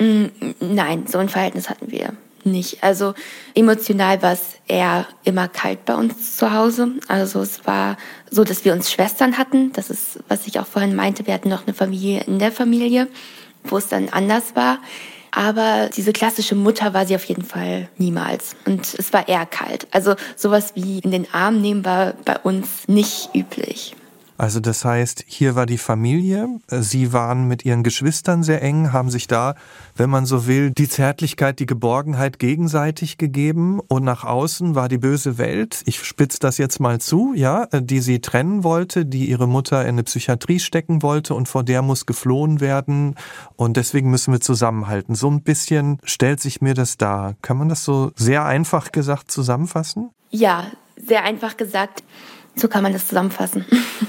Speaker 2: Nein, so ein Verhältnis hatten wir nicht. Also emotional war es eher immer kalt bei uns zu Hause. Also es war so, dass wir uns Schwestern hatten. Das ist, was ich auch vorhin meinte, wir hatten noch eine Familie in der Familie, wo es dann anders war. Aber diese klassische Mutter war sie auf jeden Fall niemals. Und es war eher kalt. Also sowas wie in den Arm nehmen war bei uns nicht üblich.
Speaker 1: Also das heißt, hier war die Familie, Sie waren mit Ihren Geschwistern sehr eng, haben sich da, wenn man so will, die Zärtlichkeit, die Geborgenheit gegenseitig gegeben und nach außen war die böse Welt, ich spitze das jetzt mal zu, ja, die Sie trennen wollte, die Ihre Mutter in eine Psychiatrie stecken wollte und vor der muss geflohen werden und deswegen müssen wir zusammenhalten. So ein bisschen stellt sich mir das dar. Kann man das so sehr einfach gesagt zusammenfassen?
Speaker 2: Ja, sehr einfach gesagt, so kann man das zusammenfassen.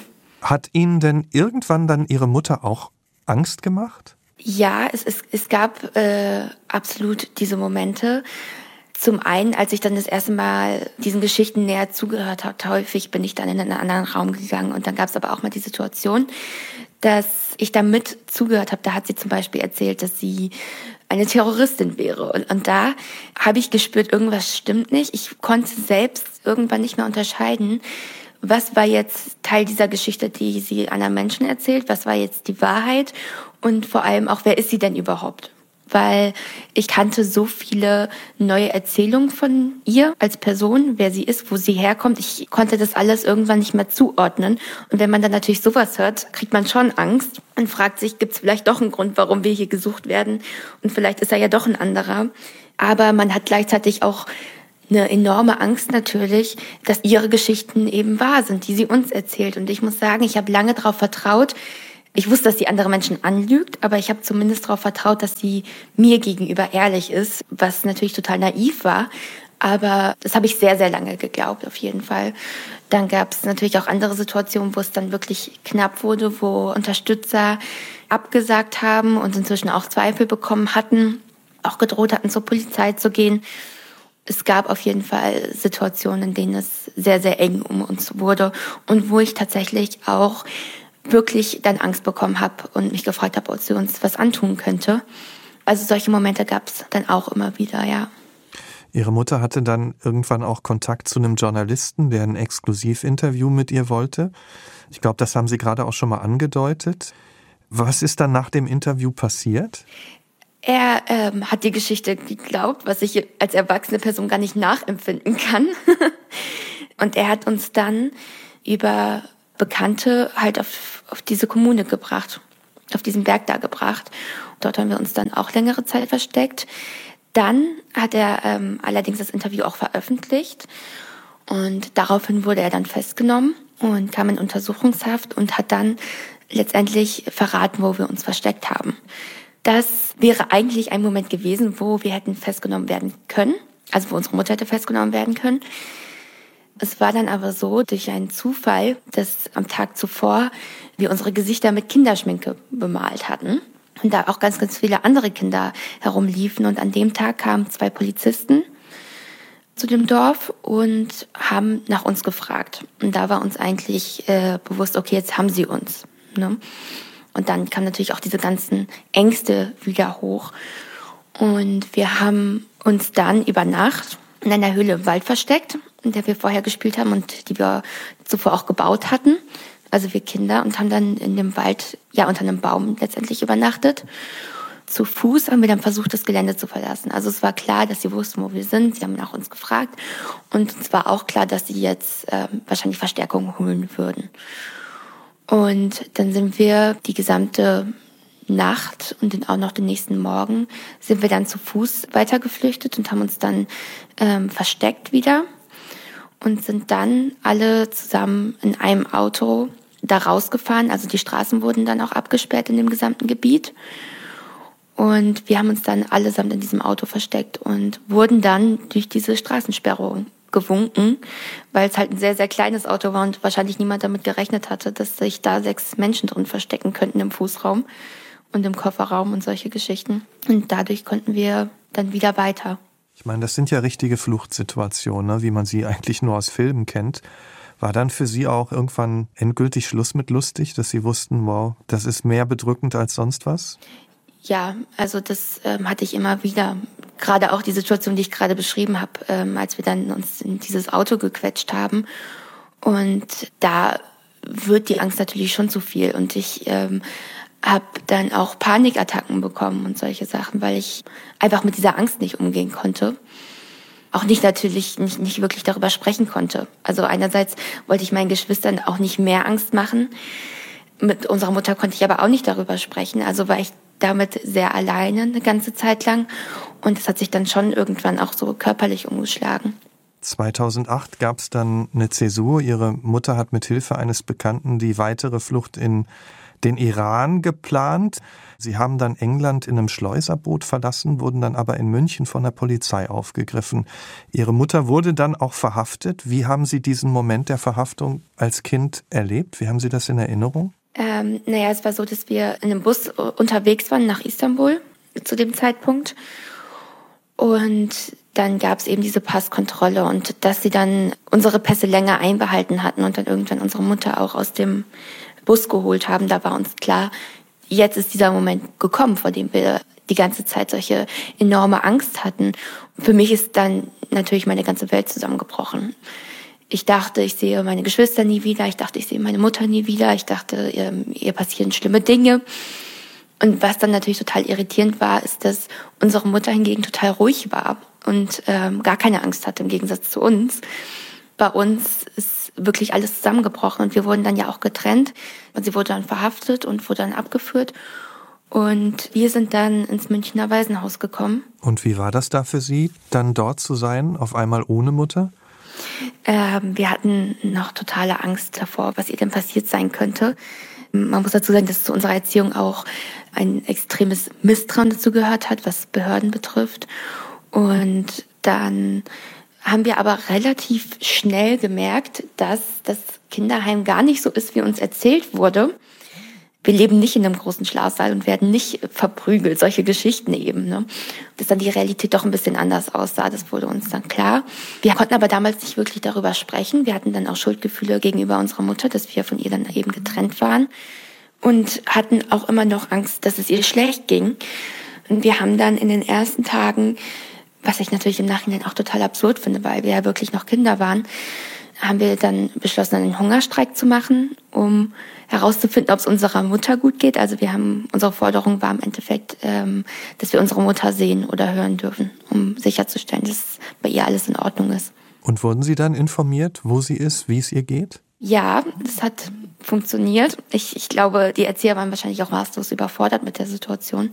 Speaker 1: Hat Ihnen denn irgendwann dann Ihre Mutter auch Angst gemacht?
Speaker 2: Ja, es, es, es gab äh, absolut diese Momente. Zum einen, als ich dann das erste Mal diesen Geschichten näher zugehört habe, häufig bin ich dann in einen anderen Raum gegangen. Und dann gab es aber auch mal die Situation, dass ich da mit zugehört habe. Da hat sie zum Beispiel erzählt, dass sie eine Terroristin wäre. Und, und da habe ich gespürt, irgendwas stimmt nicht. Ich konnte selbst irgendwann nicht mehr unterscheiden, was war jetzt Teil dieser Geschichte, die sie anderen Menschen erzählt? Was war jetzt die Wahrheit? Und vor allem auch, wer ist sie denn überhaupt? Weil ich kannte so viele neue Erzählungen von ihr als Person, wer sie ist, wo sie herkommt. Ich konnte das alles irgendwann nicht mehr zuordnen. Und wenn man dann natürlich sowas hört, kriegt man schon Angst und fragt sich, gibt es vielleicht doch einen Grund, warum wir hier gesucht werden? Und vielleicht ist er ja doch ein anderer. Aber man hat gleichzeitig auch eine enorme Angst natürlich, dass ihre Geschichten eben wahr sind, die sie uns erzählt. Und ich muss sagen, ich habe lange darauf vertraut. Ich wusste, dass sie andere Menschen anlügt, aber ich habe zumindest darauf vertraut, dass sie mir gegenüber ehrlich ist, was natürlich total naiv war. Aber das habe ich sehr, sehr lange geglaubt, auf jeden Fall. Dann gab es natürlich auch andere Situationen, wo es dann wirklich knapp wurde, wo Unterstützer abgesagt haben und inzwischen auch Zweifel bekommen hatten, auch gedroht hatten, zur Polizei zu gehen. Es gab auf jeden Fall Situationen, in denen es sehr, sehr eng um uns wurde und wo ich tatsächlich auch wirklich dann Angst bekommen habe und mich gefragt habe, ob sie uns was antun könnte. Also solche Momente gab es dann auch immer wieder, ja.
Speaker 1: Ihre Mutter hatte dann irgendwann auch Kontakt zu einem Journalisten, der ein Exklusivinterview mit ihr wollte. Ich glaube, das haben Sie gerade auch schon mal angedeutet. Was ist dann nach dem Interview passiert?
Speaker 2: Er ähm, hat die Geschichte geglaubt, was ich als erwachsene Person gar nicht nachempfinden kann. Und er hat uns dann über Bekannte halt auf, auf diese Kommune gebracht, auf diesen Berg da gebracht. Dort haben wir uns dann auch längere Zeit versteckt. Dann hat er ähm, allerdings das Interview auch veröffentlicht und daraufhin wurde er dann festgenommen und kam in Untersuchungshaft und hat dann letztendlich verraten, wo wir uns versteckt haben. Das wäre eigentlich ein Moment gewesen, wo wir hätten festgenommen werden können, also wo unsere Mutter hätte festgenommen werden können. Es war dann aber so, durch einen Zufall, dass am Tag zuvor wir unsere Gesichter mit Kinderschminke bemalt hatten. Und da auch ganz, ganz viele andere Kinder herumliefen. Und an dem Tag kamen zwei Polizisten zu dem Dorf und haben nach uns gefragt. Und da war uns eigentlich äh, bewusst, okay, jetzt haben sie uns. Ne? Und dann kamen natürlich auch diese ganzen Ängste wieder hoch. Und wir haben uns dann über Nacht in einer Höhle im Wald versteckt, in der wir vorher gespielt haben und die wir zuvor auch gebaut hatten. Also wir Kinder, und haben dann in dem Wald, ja, unter einem Baum letztendlich übernachtet. Zu Fuß haben wir dann versucht, das Gelände zu verlassen. Also es war klar, dass sie wussten, wo wir sind. Sie haben nach uns gefragt. Und es war auch klar, dass sie jetzt äh, wahrscheinlich Verstärkung holen würden. Und dann sind wir die gesamte Nacht und dann auch noch den nächsten Morgen sind wir dann zu Fuß weitergeflüchtet und haben uns dann ähm, versteckt wieder und sind dann alle zusammen in einem Auto da rausgefahren. Also die Straßen wurden dann auch abgesperrt in dem gesamten Gebiet. Und wir haben uns dann allesamt in diesem Auto versteckt und wurden dann durch diese Straßensperrung gewunken, weil es halt ein sehr, sehr kleines Auto war und wahrscheinlich niemand damit gerechnet hatte, dass sich da sechs Menschen drin verstecken könnten im Fußraum und im Kofferraum und solche Geschichten. Und dadurch konnten wir dann wieder weiter.
Speaker 1: Ich meine, das sind ja richtige Fluchtsituationen, ne, wie man sie eigentlich nur aus Filmen kennt. War dann für Sie auch irgendwann endgültig Schluss mit lustig, dass Sie wussten, wow, das ist mehr bedrückend als sonst was?
Speaker 2: Ja, also das ähm, hatte ich immer wieder. Gerade auch die Situation, die ich gerade beschrieben habe, ähm, als wir dann uns in dieses Auto gequetscht haben. Und da wird die Angst natürlich schon zu viel. Und ich ähm, habe dann auch Panikattacken bekommen und solche Sachen, weil ich einfach mit dieser Angst nicht umgehen konnte. Auch nicht natürlich nicht, nicht wirklich darüber sprechen konnte. Also einerseits wollte ich meinen Geschwistern auch nicht mehr Angst machen. Mit unserer Mutter konnte ich aber auch nicht darüber sprechen. Also war ich damit sehr alleine eine ganze Zeit lang. Und es hat sich dann schon irgendwann auch so körperlich umgeschlagen.
Speaker 1: zweitausendacht gab es dann eine Zäsur. Ihre Mutter hat mit Hilfe eines Bekannten die weitere Flucht in den Iran geplant. Sie haben dann England in einem Schleuserboot verlassen, wurden dann aber in München von der Polizei aufgegriffen. Ihre Mutter wurde dann auch verhaftet. Wie haben Sie diesen Moment der Verhaftung als Kind erlebt? Wie haben Sie das in Erinnerung?
Speaker 2: Ähm, naja, es war so, dass wir in einem Bus unterwegs waren nach Istanbul zu dem Zeitpunkt. Und dann gab es eben diese Passkontrolle und dass sie dann unsere Pässe länger einbehalten hatten und dann irgendwann unsere Mutter auch aus dem Bus geholt haben, da war uns klar, jetzt ist dieser Moment gekommen, vor dem wir die ganze Zeit solche enorme Angst hatten. Für mich ist dann natürlich meine ganze Welt zusammengebrochen. Ich dachte, ich sehe meine Geschwister nie wieder, ich dachte, ich sehe meine Mutter nie wieder, ich dachte, ihr, ihr passieren schlimme Dinge. Und was dann natürlich total irritierend war, ist, dass unsere Mutter hingegen total ruhig war und ähm, gar keine Angst hatte im Gegensatz zu uns. Bei uns ist wirklich alles zusammengebrochen und wir wurden dann ja auch getrennt. Und sie wurde dann verhaftet und wurde dann abgeführt. Und wir sind dann ins Münchner Waisenhaus gekommen.
Speaker 1: Und wie war das da für Sie, dann dort zu sein, auf einmal ohne Mutter?
Speaker 2: Ähm, wir hatten noch totale Angst davor, was ihr denn passiert sein könnte. Man muss dazu sagen, dass zu unserer Erziehung auch ein extremes Misstrauen dazu gehört hat, was Behörden betrifft. Und dann haben wir aber relativ schnell gemerkt, dass das Kinderheim gar nicht so ist, wie uns erzählt wurde. Wir leben nicht in einem großen Schlafsaal und werden nicht verprügelt, solche Geschichten eben. Ne? Dass dann die Realität doch ein bisschen anders aussah, das wurde uns dann klar. Wir konnten aber damals nicht wirklich darüber sprechen. Wir hatten dann auch Schuldgefühle gegenüber unserer Mutter, dass wir von ihr dann eben getrennt waren. Und hatten auch immer noch Angst, dass es ihr schlecht ging. Und wir haben dann in den ersten Tagen, was ich natürlich im Nachhinein auch total absurd finde, weil wir ja wirklich noch Kinder waren, haben wir dann beschlossen, einen Hungerstreik zu machen, um herauszufinden, ob es unserer Mutter gut geht. Also wir haben, unsere Forderung war im Endeffekt, ähm, dass wir unsere Mutter sehen oder hören dürfen, um sicherzustellen, dass bei ihr alles in Ordnung ist.
Speaker 1: Und wurden Sie dann informiert, wo sie ist, wie es ihr geht?
Speaker 2: Ja, das hat funktioniert. Ich, ich glaube, die Erzieher waren wahrscheinlich auch maßlos überfordert mit der Situation.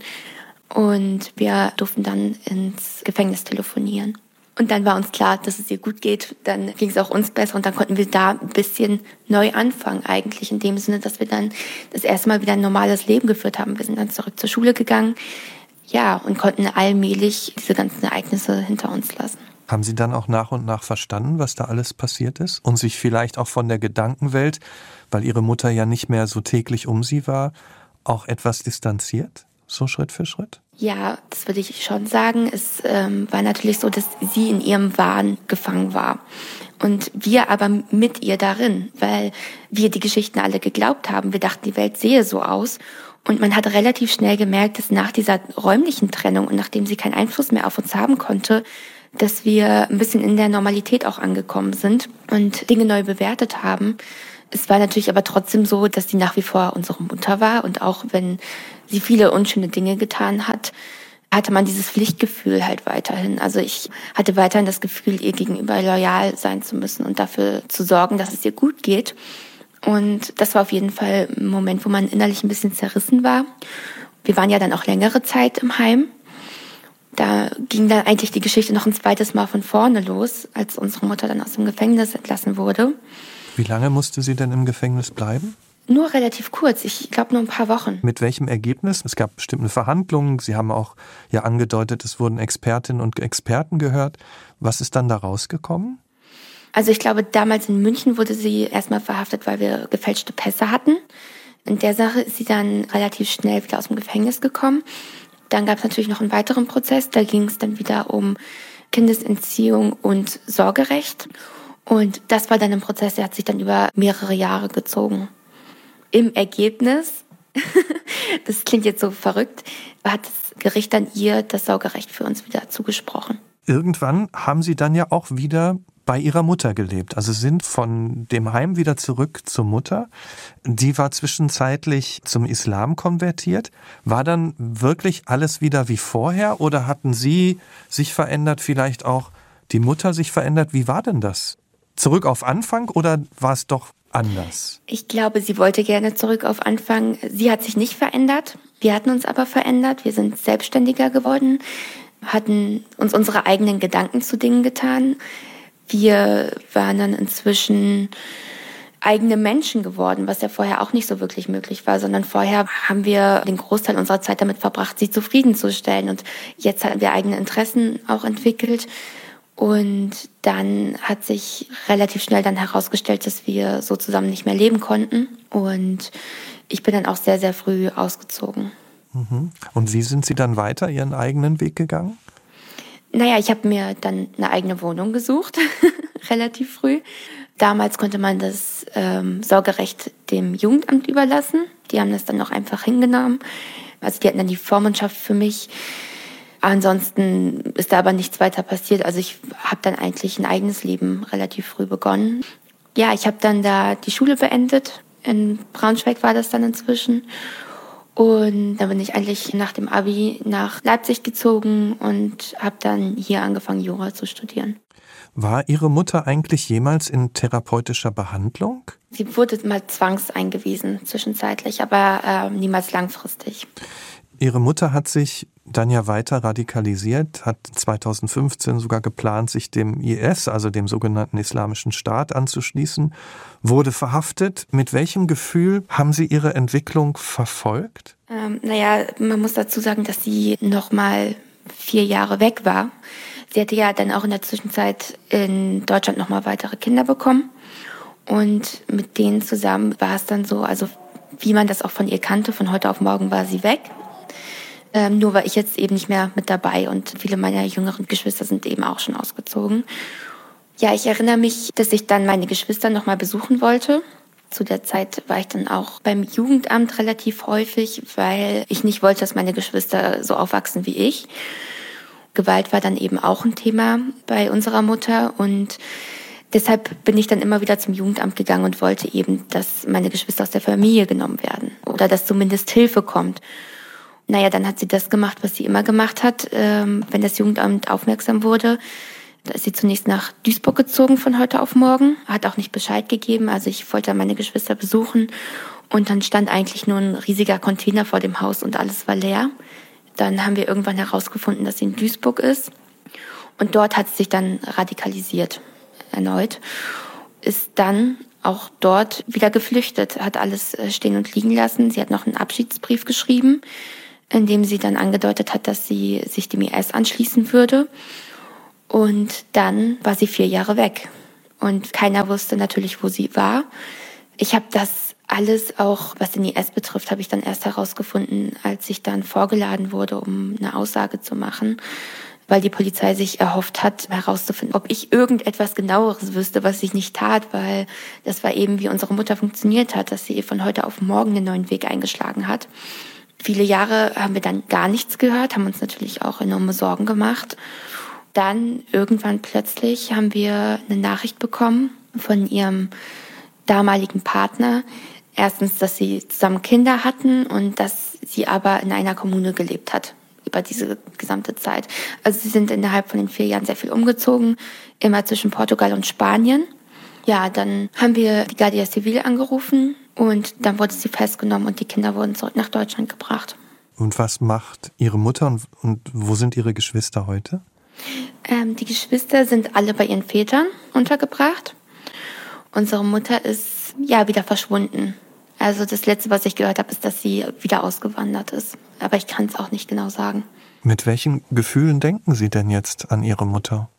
Speaker 2: Und wir durften dann ins Gefängnis telefonieren. Und dann war uns klar, dass es ihr gut geht. Dann ging es auch uns besser und dann konnten wir da ein bisschen neu anfangen eigentlich. In dem Sinne, dass wir dann das erste Mal wieder ein normales Leben geführt haben. Wir sind dann zurück zur Schule gegangen, ja, und konnten allmählich diese ganzen Ereignisse hinter uns lassen.
Speaker 1: Haben Sie dann auch nach und nach verstanden, was da alles passiert ist? Und sich vielleicht auch von der Gedankenwelt, weil Ihre Mutter ja nicht mehr so täglich um Sie war, auch etwas distanziert? So Schritt für Schritt?
Speaker 2: Ja, das würde ich schon sagen. Es ähm, war natürlich so, dass sie in ihrem Wahn gefangen war. Und wir aber mit ihr darin, weil wir die Geschichten alle geglaubt haben. Wir dachten, die Welt sehe so aus. Und man hat relativ schnell gemerkt, dass nach dieser räumlichen Trennung und nachdem sie keinen Einfluss mehr auf uns haben konnte, dass wir ein bisschen in der Normalität auch angekommen sind und Dinge neu bewertet haben. Es war natürlich aber trotzdem so, dass sie nach wie vor unsere Mutter war. Und auch wenn sie viele unschöne Dinge getan hat, hatte man dieses Pflichtgefühl halt weiterhin. Also ich hatte weiterhin das Gefühl, ihr gegenüber loyal sein zu müssen und dafür zu sorgen, dass es ihr gut geht. Und das war auf jeden Fall ein Moment, wo man innerlich ein bisschen zerrissen war. Wir waren ja dann auch längere Zeit im Heim. Da ging dann eigentlich die Geschichte noch ein zweites Mal von vorne los, als unsere Mutter dann aus dem Gefängnis entlassen wurde.
Speaker 1: Wie lange musste sie denn im Gefängnis bleiben?
Speaker 2: Nur relativ kurz, ich glaube nur ein paar Wochen.
Speaker 1: Mit welchem Ergebnis? Es gab bestimmte Verhandlungen. Sie haben auch ja angedeutet, es wurden Expertinnen und Experten gehört. Was ist dann da rausgekommen?
Speaker 2: Also ich glaube, damals in München wurde sie erstmal verhaftet, weil wir gefälschte Pässe hatten. In der Sache ist sie dann relativ schnell wieder aus dem Gefängnis gekommen. Dann gab es natürlich noch einen weiteren Prozess. Da ging es dann wieder um Kindesentziehung und Sorgerecht. Und das war dann ein Prozess, der hat sich dann über mehrere Jahre gezogen. Im Ergebnis, das klingt jetzt so verrückt, hat das Gericht dann ihr das Sorgerecht für uns wieder zugesprochen.
Speaker 1: Irgendwann haben Sie dann ja auch wieder bei Ihrer Mutter gelebt. Also sind von dem Heim wieder zurück zur Mutter. Die war zwischenzeitlich zum Islam konvertiert. War dann wirklich alles wieder wie vorher oder hatten Sie sich verändert, vielleicht auch die Mutter sich verändert? Wie war denn das? Zurück auf Anfang oder war es doch anders?
Speaker 2: Ich glaube, sie wollte gerne zurück auf Anfang. Sie hat sich nicht verändert. Wir hatten uns aber verändert. Wir sind selbstständiger geworden, hatten uns unsere eigenen Gedanken zu Dingen getan. Wir waren dann inzwischen eigene Menschen geworden, was ja vorher auch nicht so wirklich möglich war, sondern vorher haben wir den Großteil unserer Zeit damit verbracht, sie zufriedenzustellen. Und jetzt haben wir eigene Interessen auch entwickelt. Und dann hat sich relativ schnell dann herausgestellt, dass wir so zusammen nicht mehr leben konnten. Und ich bin dann auch sehr, sehr früh ausgezogen.
Speaker 1: Mhm. Und wie sind Sie dann weiter Ihren eigenen Weg gegangen?
Speaker 2: Naja, ich habe mir dann eine eigene Wohnung gesucht, relativ früh. Damals konnte man das ähm, Sorgerecht dem Jugendamt überlassen. Die haben das dann noch einfach hingenommen. Also die hatten dann die Vormundschaft für mich. Ansonsten ist da aber nichts weiter passiert. Also ich habe dann eigentlich ein eigenes Leben relativ früh begonnen. Ja, ich habe dann da die Schule beendet. In Braunschweig war das dann inzwischen. Und dann bin ich eigentlich nach dem Abi nach Leipzig gezogen und habe dann hier angefangen, Jura zu studieren.
Speaker 1: War Ihre Mutter eigentlich jemals in therapeutischer Behandlung?
Speaker 2: Sie wurde mal zwangseingewiesen zwischenzeitlich, aber äh, niemals langfristig.
Speaker 1: Ihre Mutter hat sich dann ja weiter radikalisiert, hat zweitausendfünfzehn sogar geplant, sich dem I S, also dem sogenannten Islamischen Staat, anzuschließen, wurde verhaftet. Mit welchem Gefühl haben Sie Ihre Entwicklung verfolgt?
Speaker 2: Ähm, naja, man muss dazu sagen, dass sie noch mal vier Jahre weg war. Sie hatte ja dann auch in der Zwischenzeit in Deutschland noch mal weitere Kinder bekommen. Und mit denen zusammen war es dann so, also wie man das auch von ihr kannte, von heute auf morgen war sie weg. Ähm, nur war ich jetzt eben nicht mehr mit dabei und viele meiner jüngeren Geschwister sind eben auch schon ausgezogen. Ja, ich erinnere mich, dass ich dann meine Geschwister noch mal besuchen wollte. Zu der Zeit war ich dann auch beim Jugendamt relativ häufig, weil ich nicht wollte, dass meine Geschwister so aufwachsen wie ich. Gewalt war dann eben auch ein Thema bei unserer Mutter und deshalb bin ich dann immer wieder zum Jugendamt gegangen und wollte eben, dass meine Geschwister aus der Familie genommen werden oder dass zumindest Hilfe kommt. Naja, dann hat sie das gemacht, was sie immer gemacht hat, ähm, wenn das Jugendamt aufmerksam wurde. Da ist sie zunächst nach Duisburg gezogen von heute auf morgen, hat auch nicht Bescheid gegeben. Also ich wollte meine Geschwister besuchen und dann stand eigentlich nur ein riesiger Container vor dem Haus und alles war leer. Dann haben wir irgendwann herausgefunden, dass sie in Duisburg ist und dort hat sie sich dann radikalisiert erneut, ist dann auch dort wieder geflüchtet, hat alles stehen und liegen lassen. Sie hat noch einen Abschiedsbrief geschrieben, in dem sie dann angedeutet hat, dass sie sich dem I S anschließen würde. Und dann war sie vier Jahre weg. Und keiner wusste natürlich, wo sie war. Ich habe das alles, auch was den I S betrifft, habe ich dann erst herausgefunden, als ich dann vorgeladen wurde, um eine Aussage zu machen, weil die Polizei sich erhofft hat, herauszufinden, ob ich irgendetwas Genaueres wüsste, was ich nicht tat, weil das war eben, wie unsere Mutter funktioniert hat, dass sie von heute auf morgen einen neuen Weg eingeschlagen hat. Viele Jahre haben wir dann gar nichts gehört, haben uns natürlich auch enorme Sorgen gemacht. Dann irgendwann plötzlich haben wir eine Nachricht bekommen von ihrem damaligen Partner. Erstens, dass sie zusammen Kinder hatten und dass sie aber in einer Kommune gelebt hat über diese gesamte Zeit. Also sie sind innerhalb von den vier Jahren sehr viel umgezogen, immer zwischen Portugal und Spanien. Ja, dann haben wir die Guardia Civil angerufen und dann wurde sie festgenommen und die Kinder wurden zurück nach Deutschland gebracht.
Speaker 1: Und was macht Ihre Mutter und, und wo sind Ihre Geschwister heute?
Speaker 2: Ähm, die Geschwister sind alle bei ihren Vätern untergebracht. Unsere Mutter ist ja wieder verschwunden. Also das Letzte, was ich gehört habe, ist, dass sie wieder ausgewandert ist. Aber ich kann es auch nicht genau sagen.
Speaker 1: Mit welchen Gefühlen denken Sie denn jetzt an Ihre Mutter?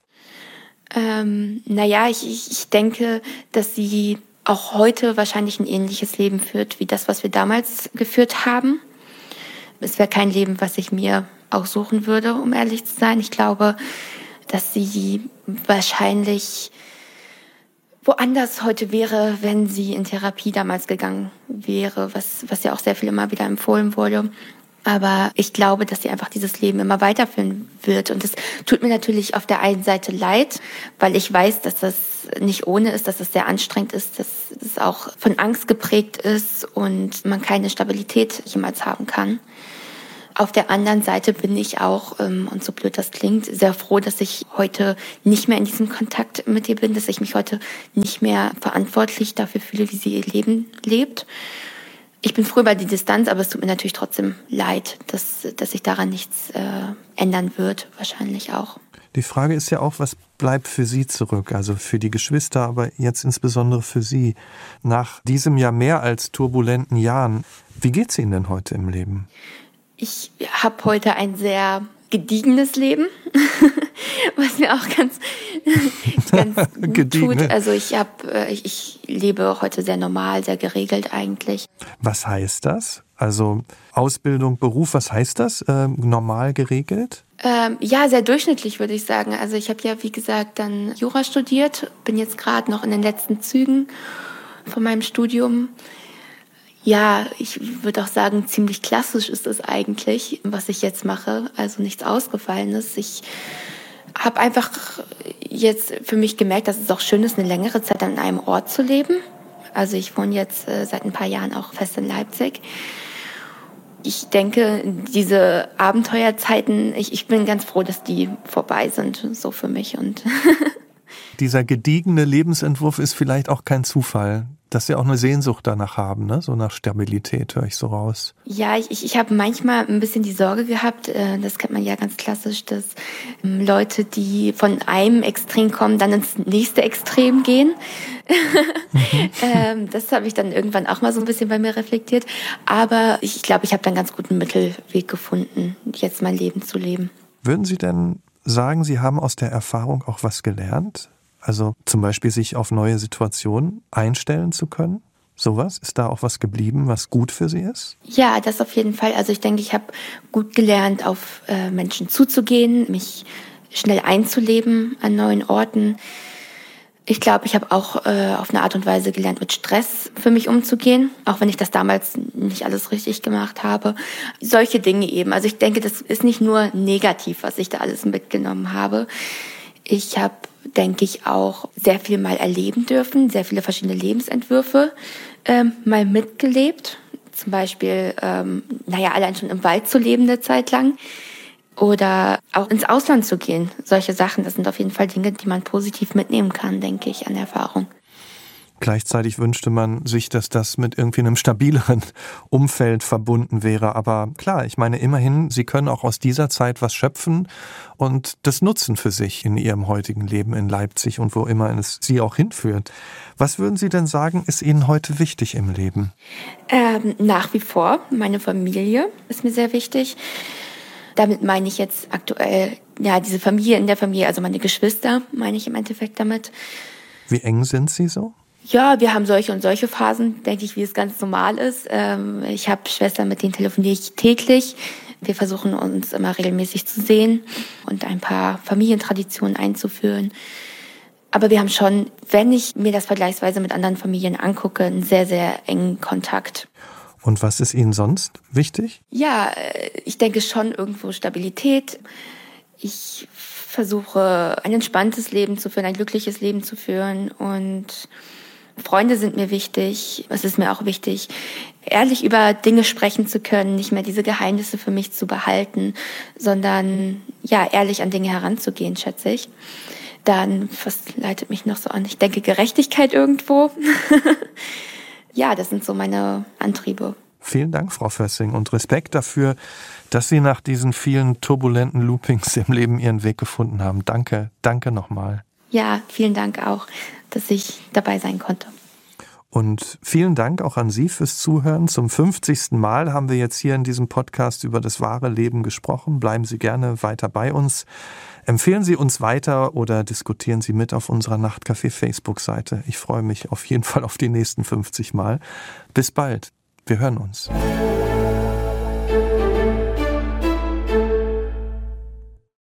Speaker 2: Ähm, naja, ich, ich, ich denke, dass sie auch heute wahrscheinlich ein ähnliches Leben führt, wie das, was wir damals geführt haben. Es wäre kein Leben, was ich mir aussuchen würde, um ehrlich zu sein. Ich glaube, dass sie wahrscheinlich woanders heute wäre, wenn sie in Therapie damals gegangen wäre, was, was ja auch sehr viel immer wieder empfohlen wurde. Aber ich glaube, dass sie einfach dieses Leben immer weiterführen wird. Und es tut mir natürlich auf der einen Seite leid, weil ich weiß, dass das nicht ohne ist, dass es sehr anstrengend ist, dass es auch von Angst geprägt ist und man keine Stabilität jemals haben kann. Auf der anderen Seite bin ich auch, und so blöd das klingt, sehr froh, dass ich heute nicht mehr in diesem Kontakt mit ihr bin, dass ich mich heute nicht mehr verantwortlich dafür fühle, wie sie ihr Leben lebt. Ich bin froh über die Distanz, aber es tut mir natürlich trotzdem leid, dass, dass sich daran nichts äh, ändern wird, wahrscheinlich auch.
Speaker 1: Die Frage ist ja auch, was bleibt für Sie zurück, also für die Geschwister, aber jetzt insbesondere für Sie. Nach diesem ja mehr als turbulenten Jahren, wie geht's Ihnen denn heute im Leben?
Speaker 2: Ich habe heute ein sehr gediegenes Leben, was mir auch ganz, ganz gut tut. Also ich habe, ich, ich lebe heute sehr normal, sehr geregelt eigentlich.
Speaker 1: Was heißt das? Also Ausbildung, Beruf, was heißt das? Ähm, normal geregelt?
Speaker 2: Ähm, ja, sehr durchschnittlich würde ich sagen. Also ich habe ja, wie gesagt, dann Jura studiert, bin jetzt gerade noch in den letzten Zügen von meinem Studium. Ja, ich würde auch sagen, ziemlich klassisch ist es eigentlich, was ich jetzt mache. Also nichts Ausgefallenes. Ich habe einfach jetzt für mich gemerkt, dass es auch schön ist, eine längere Zeit an einem Ort zu leben. Also ich wohne jetzt äh, seit ein paar Jahren auch fest in Leipzig. Ich denke, diese Abenteuerzeiten, ich, ich bin ganz froh, dass die vorbei sind, so für mich. Und
Speaker 1: dieser gediegene Lebensentwurf ist vielleicht auch kein Zufall, dass Sie auch eine Sehnsucht danach haben, ne? So nach Stabilität, höre ich so raus.
Speaker 2: Ja, ich, ich, ich habe manchmal ein bisschen die Sorge gehabt, äh, das kennt man ja ganz klassisch, dass ähm, Leute, die von einem Extrem kommen, dann ins nächste Extrem gehen. Mhm. ähm, das habe ich dann irgendwann auch mal so ein bisschen bei mir reflektiert. Aber ich glaube, ich habe dann einen ganz guten Mittelweg gefunden, jetzt mein Leben zu leben.
Speaker 1: Würden Sie denn sagen, Sie haben aus der Erfahrung auch was gelernt? Also zum Beispiel sich auf neue Situationen einstellen zu können? Sowas? Ist da auch was geblieben, was gut für Sie ist?
Speaker 2: Ja, das auf jeden Fall. Also ich denke, ich habe gut gelernt, auf äh, Menschen zuzugehen, mich schnell einzuleben an neuen Orten. Ich glaube, ich habe auch äh, auf eine Art und Weise gelernt, mit Stress für mich umzugehen, auch wenn ich das damals nicht alles richtig gemacht habe. Solche Dinge eben. Also ich denke, das ist nicht nur negativ, was ich da alles mitgenommen habe. Ich habe, denke ich, auch sehr viel mal erleben dürfen, sehr viele verschiedene Lebensentwürfe ähm, mal mitgelebt. Zum Beispiel, ähm, naja, allein schon im Wald zu leben eine Zeit lang. Oder auch ins Ausland zu gehen. Solche Sachen, das sind auf jeden Fall Dinge, die man positiv mitnehmen kann, denke ich, an Erfahrung.
Speaker 1: Gleichzeitig wünschte man sich, dass das mit irgendwie einem stabileren Umfeld verbunden wäre. Aber klar, ich meine immerhin, Sie können auch aus dieser Zeit was schöpfen und das nutzen für sich in Ihrem heutigen Leben in Leipzig und wo immer es Sie auch hinführt. Was würden Sie denn sagen, ist Ihnen heute wichtig im Leben?
Speaker 2: Ähm, nach wie vor, meine Familie ist mir sehr wichtig. Damit meine ich jetzt aktuell ja, diese Familie in der Familie, also meine Geschwister, meine ich im Endeffekt damit.
Speaker 1: Wie eng sind Sie so?
Speaker 2: Ja, wir haben solche und solche Phasen, denke ich, wie es ganz normal ist. Ich habe Schwestern, mit denen telefoniere ich täglich. Wir versuchen uns immer regelmäßig zu sehen und ein paar Familientraditionen einzuführen. Aber wir haben schon, wenn ich mir das vergleichsweise mit anderen Familien angucke, einen sehr, sehr engen Kontakt.
Speaker 1: Und was ist Ihnen sonst wichtig?
Speaker 2: Ja, ich denke schon irgendwo Stabilität. Ich versuche, ein entspanntes Leben zu führen, ein glückliches Leben zu führen. Und Freunde sind mir wichtig. Es ist mir auch wichtig, ehrlich über Dinge sprechen zu können, nicht mehr diese Geheimnisse für mich zu behalten, sondern ja, ehrlich an Dinge heranzugehen, schätze ich. Dann, was leitet mich noch so an? Ich denke Gerechtigkeit irgendwo. Ja, das sind so meine Antriebe.
Speaker 1: Vielen Dank, Frau Fössing, und Respekt dafür, dass Sie nach diesen vielen turbulenten Loopings im Leben Ihren Weg gefunden haben. Danke, danke nochmal.
Speaker 2: Ja, vielen Dank auch, dass ich dabei sein konnte.
Speaker 1: Und vielen Dank auch an Sie fürs Zuhören. Zum fünfzigsten Mal haben wir jetzt hier in diesem Podcast über das wahre Leben gesprochen. Bleiben Sie gerne weiter bei uns. Empfehlen Sie uns weiter oder diskutieren Sie mit auf unserer Nachtcafé-Facebook-Seite. Ich freue mich auf jeden Fall auf die nächsten fünfzig Mal. Bis bald. Wir hören uns.